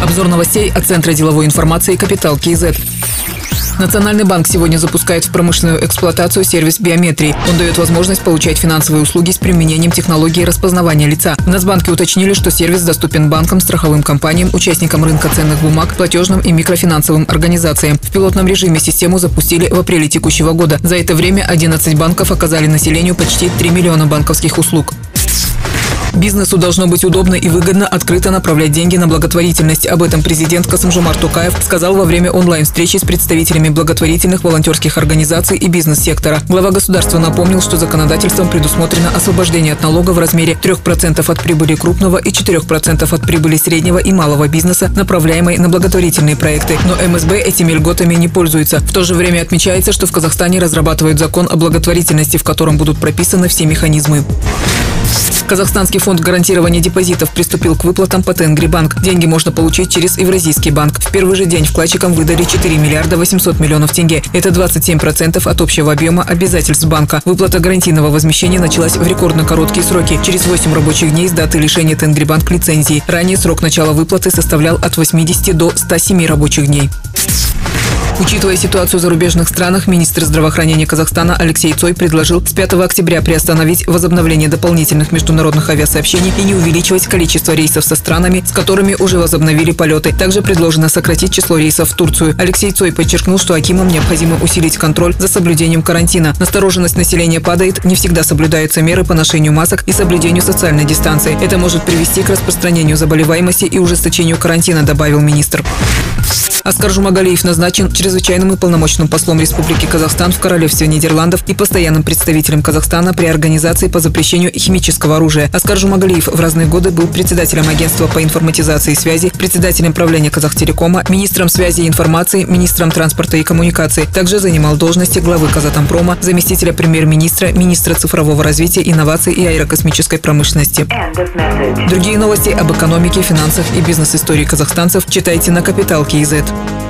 Обзор новостей от Центра деловой информации «Капитал КИЗ». Национальный банк сегодня запускает в промышленную эксплуатацию сервис биометрии. Он дает возможность получать финансовые услуги с применением технологии распознавания лица. В Нацбанке уточнили, что сервис доступен банкам, страховым компаниям, участникам рынка ценных бумаг, платежным и микрофинансовым организациям. В пилотном режиме систему запустили в апреле текущего года. За это время 11 банков оказали населению почти 3 миллиона банковских услуг. Бизнесу должно быть удобно и выгодно открыто направлять деньги на благотворительность. Об этом президент Касым-Жомарт Токаев сказал во время онлайн-встречи с представителями благотворительных волонтерских организаций и бизнес-сектора. Глава государства напомнил, что законодательством предусмотрено освобождение от налога в размере 3% от прибыли крупного и 4% от прибыли среднего и малого бизнеса, направляемой на благотворительные проекты. Но МСБ этими льготами не пользуется. В то же время отмечается, что в Казахстане разрабатывают закон о благотворительности, в котором будут прописаны все механизмы. Казахстанский фонд гарантирования депозитов приступил к выплатам по Тенгри-банк. Деньги можно получить через Евразийский банк. В первый же день вкладчикам выдали 4 миллиарда 800 миллионов тенге. Это 27% от общего объема обязательств банка. Выплата гарантийного возмещения началась в рекордно короткие сроки. Через 8 рабочих дней с даты лишения Тенгри-банк лицензии. Ранее срок начала выплаты составлял от 80 до 107 рабочих дней. Учитывая ситуацию в зарубежных странах, министр здравоохранения Казахстана Алексей Цой предложил с 5 октября приостановить возобновление дополнительных международных авиасообщений и не увеличивать количество рейсов со странами, с которыми уже возобновили полеты. Также предложено сократить число рейсов в Турцию. Алексей Цой подчеркнул, что акимам необходимо усилить контроль за соблюдением карантина. Настороженность населения падает, не всегда соблюдаются меры по ношению масок и соблюдению социальной дистанции. Это может привести к распространению заболеваемости и ужесточению карантина, добавил министр. Аскар Жумагалиев назначен чрезвычайным и полномочным послом Республики Казахстан в Королевстве Нидерландов и постоянным представителем Казахстана при Организации по запрещению химического оружия. Аскар Жумагалиев в разные годы был председателем агентства по информатизации и связи, председателем правления Казахтелекома, министром связи и информации, министром транспорта и коммуникаций. Также занимал должности главы Казатомпрома, заместителя премьер-министра, министра цифрового развития, инноваций и аэрокосмической промышленности. Другие новости об экономике, финансах и бизнес-истории казахстанцев читайте на Капитал КИЗ.